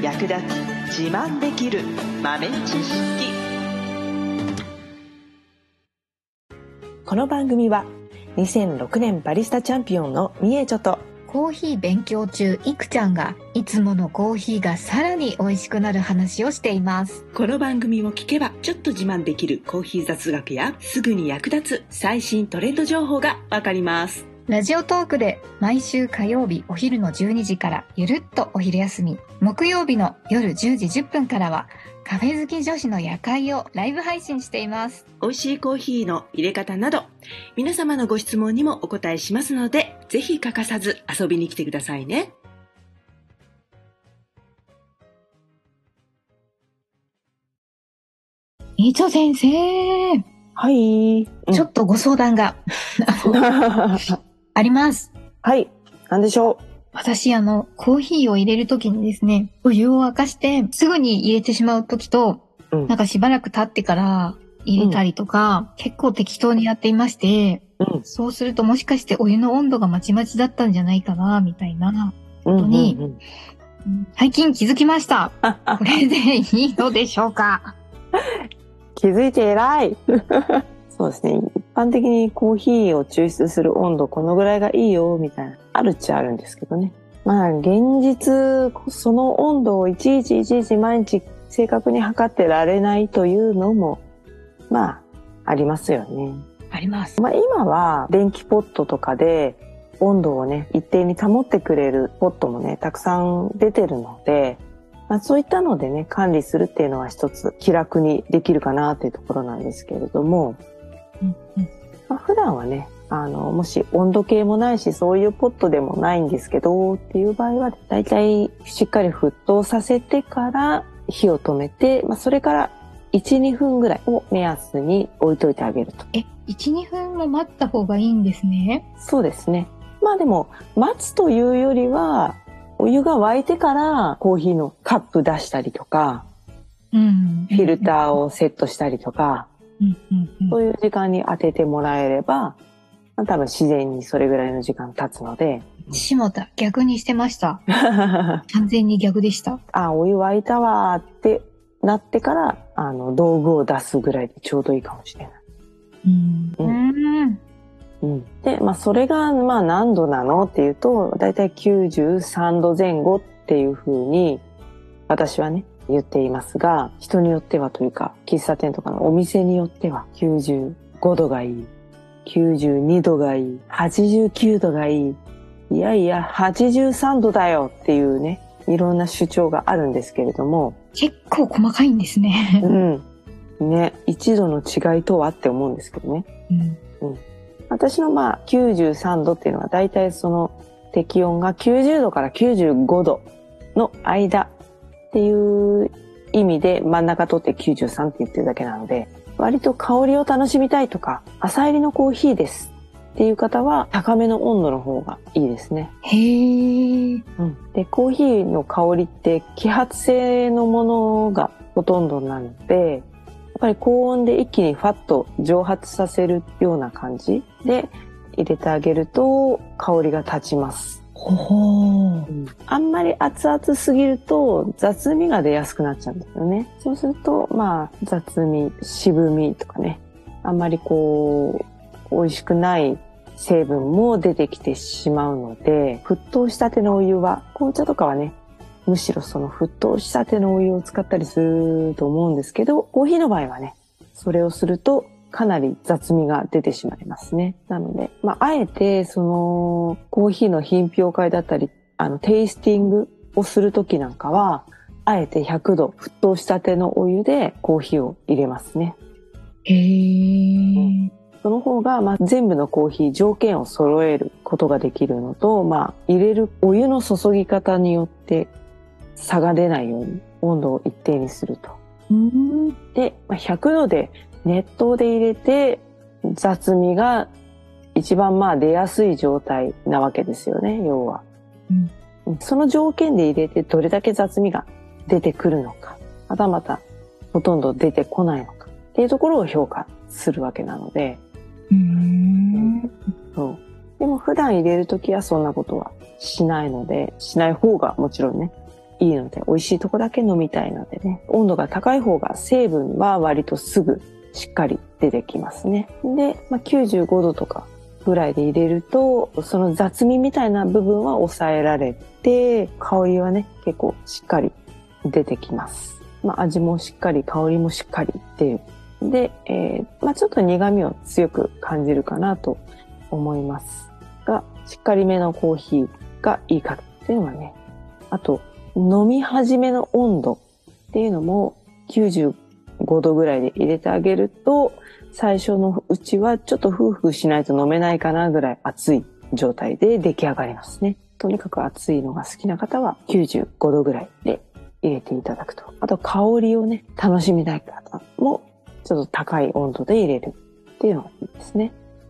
役立つ自慢できる豆知識。この番組は2006年バリスタチャンピオンのみえちょとコーヒー勉強中いくちゃんがいつものコーヒーがさらに美味しくなる話をしています。 この番組を聞けばちょっと自慢できるコーヒー雑学やすぐに役立つ最新トレンド情報がわかります。 ラジオトークで毎週火曜日お昼の12時からゆるっとお昼休み、木曜日の夜10時10分からはカフェ好き女子の夜会をライブ配信しています。 美味しいコーヒーの入れ方など皆様のご質問にもお答えしますので、ぜひ欠かさず遊びに来てくださいね。 みちょ先生、 はい、 ちょっとご相談があります。 はい、何でしょう。 私コーヒーを入れるときにですね、お湯を沸かしてすぐに入れてしまうときと、なんかしばらく経ってから入れたりとか、結構適当にやっていまして、そうするともしかしてお湯の温度がまちまちだったんじゃないかなみたいなことに、最近気づきました。これでいいのでしょうか？ 気づいて偉いそうですね、一般的にコーヒーを抽出する温度このぐらいがいいよみたいなあるっちゃあるんですけどね。まあ現実その温度をいちいち毎日正確に測ってられないというのもまあありますよね。 あります。 まあ今は電気ポットとかで温度をね一定に保ってくれるポットもねたくさん出てるので、まあ、そういったのでね管理するっていうのは一つ気楽にできるかなというところなんですけれども、まあ、普段はねもし温度計もないしそういうポットでもないんですけどっていう場合はだいたいしっかり沸騰させてから火を止めて、まあ、それから 1,2 分ぐらいを目安に置いといてあげると。 1、2分も待った方がいいんですね。 そうですね。まあでも待つというよりはお湯が沸いてからコーヒーのカップ出したりとか、フィルターをセットしたりとか、そういう時間に当ててもらえれば、まあ、多分自然にそれぐらいの時間経つので。 下田逆にしてました。完全に逆でした。 お湯沸いたわってなってから道具を出すぐらいでちょうどいいかもしれない。で、まあそれがまあ何度なのっていうと、だいたい93度前後っていう風に私はね言っていますが、人によってはというか喫茶店とかのお店によっては95度がいい、92度がいい、89度がいい、いやいや83度だよっていうね、いろんな主張があるんですけれども、 結構細かいんですね。 ね、1度の違いとはって思うんですけどね。私のまあ93度っていうのはだいたいその適温が90度から95度の間っていう意味で真ん中取って93って言ってるだけなので、割と香りを楽しみたいとか浅入りのコーヒーですっていう方は高めの温度の方がいいですね。 へー。 でコーヒーの香りって揮発性のものがほとんどなので、やっぱり高温で一気にファッと蒸発させるような感じで入れてあげると香りが立ちます。あんまり熱々すぎると雑味が出やすくなっちゃうんですよね。そうするとまあ雑味、渋みとかね、あんまりこう美味しくない成分も出てきてしまうので、沸騰したてのお湯は、紅茶とかはねむしろその沸騰したてのお湯を使ったりすると思うんですけど、コーヒーの場合はねそれをするとかなり雑味が出てしまいますね。なので、まあ、あえてそのコーヒーの品評会だったりテイスティングをする時なんかはあえて100度沸騰したてのお湯でコーヒーを入れますね。その方がまあ全部のコーヒー条件を揃えることができるのと、まあ入れるお湯の注ぎ方によって差が出ないように温度を一定にすると。で、100度で熱湯で入れて雑味が一番まあ出やすい状態なわけですよね、要は。その条件で入れてどれだけ雑味が出てくるのか、またまたほとんど出てこないのかっていうところを評価するわけなので。でも普段入れるときはそんなことはしないので、しない方がもちろんねいいいので、美味しいとこだけ飲みたいのでね、温度が高い方が成分は割とすぐしっかり出てきますね。で、95度とかぐらいで入れると、その雑味みたいな部分は抑えられて、香りはね、結構しっかり出てきます。味もしっかり、香りもしっかり出る。で、ちょっと苦味を強く感じるかなと思いますが、しっかりめのコーヒーがいいかっていうのはね、あと、飲み始めの温度っていうのも95度ぐらいで入れてあげると、最初のうちはちょっとフーフーしないと飲めないかなぐらい熱い状態で出来上がりますね。とにかく熱いのが好きな方は95度ぐらいで入れていただくと。あと香りをね、楽しみたい方もちょっと高い温度で入れるっていうのがいいですね。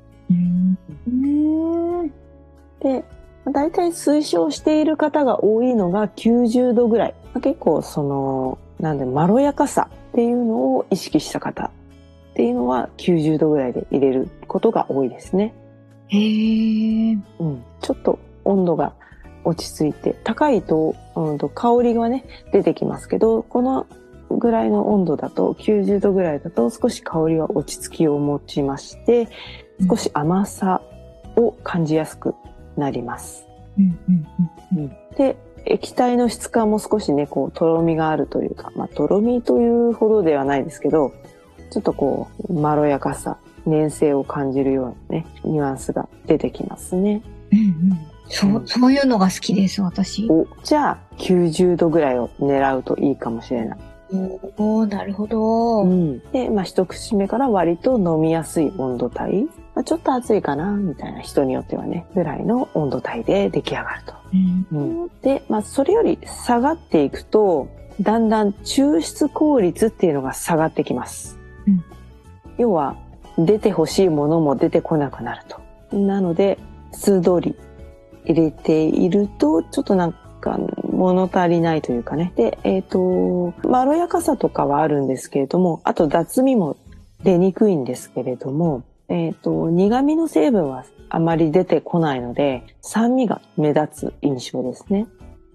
で、だいたい推奨している方が多いのが90度ぐらい。結構まろやかさっていうのを意識した方っていうのは90度ぐらいで入れることが多いですね。 へー。 ちょっと温度が落ち着いて、高いと、香りがね、出てきますけど、このぐらいの温度だと、90度ぐらいだと少し香りは落ち着きを持ちまして、少し甘さを感じやすくなります。で、液体の質感も少しね、こう、とろみがあるというか、とろみというほどではないですけど、ちょっとこう、まろやかさ、粘性を感じるようなね、ニュアンスが出てきますね。 そういうのが好きです、私。 じゃあ、90度ぐらいを狙うといいかもしれない。 なるほど。 で、一口目から割と飲みやすい温度帯。ちょっと熱いかな、みたいな人によってはね、ぐらいの温度帯で出来上がると。で、それより下がっていくと、だんだん抽出効率っていうのが下がってきます。要は、出てほしいものも出てこなくなると。なので、数通り入れていると、ちょっとなんか物足りないというかね。で、まろやかさとかはあるんですけれども、あと雑味も出にくいんですけれども、苦味の成分はあまり出てこないので、酸味が目立つ印象ですね。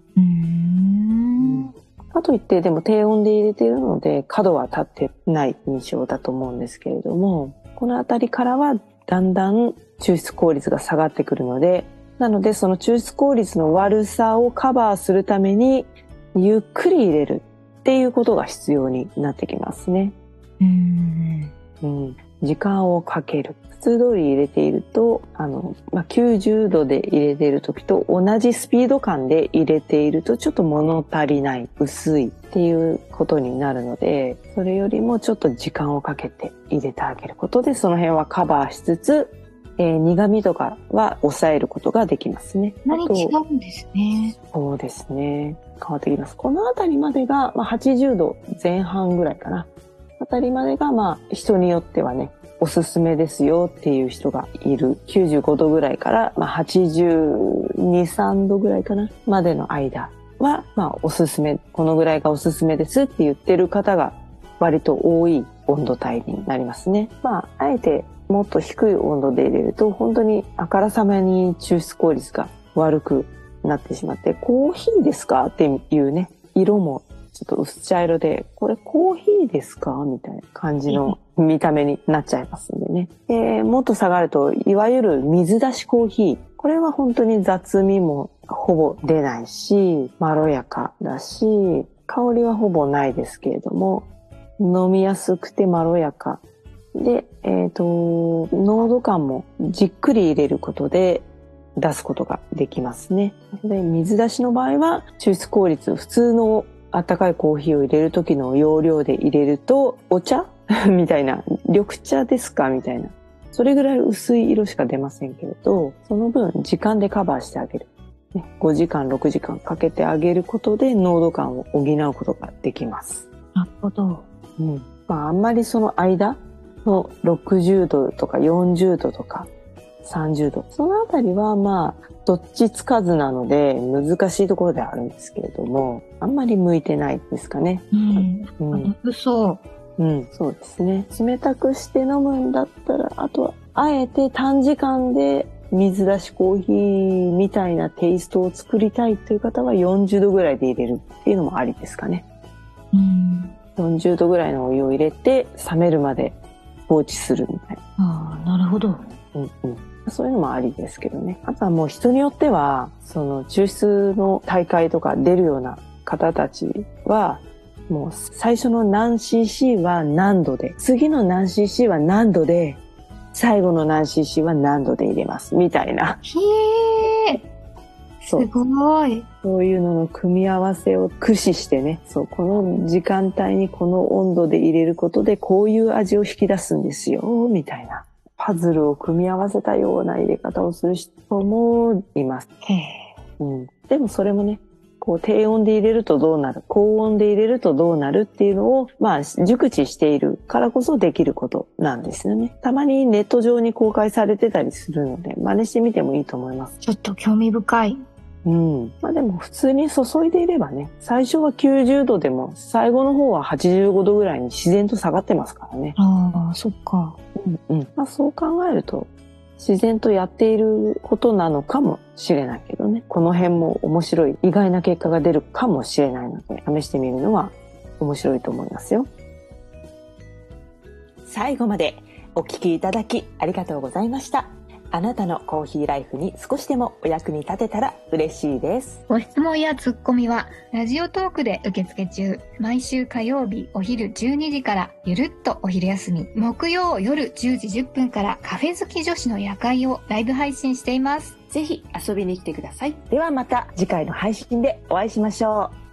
かといって、でも低温で入れているので、角は立ってない印象だと思うんですけれども、このあたりからはだんだん抽出効率が下がってくるので、なのでその抽出効率の悪さをカバーするために、ゆっくり入れるっていうことが必要になってきますね。時間をかける。普通通り入れていると、90度で入れている時と同じスピード感で入れているとちょっと物足りない、薄いっていうことになるので、それよりもちょっと時間をかけて入れてあげることで、その辺はカバーしつつ、苦味とかは抑えることができますね。 違うんですね。 そうですね。変わってきます。このあたりまでが、80度前半ぐらいかな。あたりまでが、人によってはね、おすすめですよっていう人がいる。95度ぐらいから、82、3度ぐらいかなまでの間は、おすすめ、このぐらいがおすすめですって言ってる方が割と多い温度帯になりますね。あえてもっと低い温度で入れると、本当にあからさまに抽出効率が悪くなってしまって、コーヒーですかっていうね、色もちょっと薄茶色で、これコーヒーですかみたいな感じの見た目になっちゃいますんでね。もっと下がると、いわゆる水出しコーヒー。これは本当に雑味もほぼ出ないし、まろやかだし、香りはほぼないですけれども、飲みやすくてまろやか。で、濃度感もじっくり入れることで出すことができますね。で、水出しの場合は抽出効率、普通の温かいコーヒーを入れる時の容量で入れると、お茶みたいな、緑茶ですかみたいな。それぐらい薄い色しか出ませんけれど、その分時間でカバーしてあげる。5時間、6時間かけてあげることで濃度感を補うことができます。 なるほど。 あんまりその間の60度とか40度とか30度。そのあたりはどっちつかずなので難しいところではあるんですけれども、あんまり向いてないですかね。 そうですね。冷たくして飲むんだったら、あとはあえて短時間で水出しコーヒーみたいなテイストを作りたいという方は40度ぐらいで入れるっていうのもありですかね。40度ぐらいのお湯を入れて冷めるまで放置するみたいな。なるほど。 そういうのもありですけどね。あとはもう人によっては、その抽出の大会とか出るような方たちは、もう最初の何 cc は何度で、次の何 cc は何度で、最後の何 cc は何度で入れますみたいな。 へー。すごい。 そういうのの組み合わせを駆使してね、この時間帯にこの温度で入れることでこういう味を引き出すんですよ、みたいな。パズルを組み合わせたような入れ方をする人もいます。でもそれもね、低温で入れるとどうなる、高温で入れるとどうなるっていうのを、熟知しているからこそできることなんですよね。たまにネット上に公開されてたりするので、真似してみてもいいと思います。 ちょっと興味深い。 でも普通に注いでいればね、最初は90度でも、最後の方は85度ぐらいに自然と下がってますからね。 そっか。 そう考えると、自然とやっていることなのかもしれないけどね。この辺も面白い、意外な結果が出るかもしれないので、試してみるのは面白いと思いますよ。 最後までお聞きいただきありがとうございました。あなたのコーヒーライフに少しでもお役に立てたら嬉しいです。 ご質問やツッコミはラジオトークで受付中。毎週火曜日お昼12時からゆるっとお昼休み、木曜夜10時10分からカフェ好き女子の夜会をライブ配信しています。 ぜひ遊びに来てください。 ではまた次回の配信でお会いしましょう。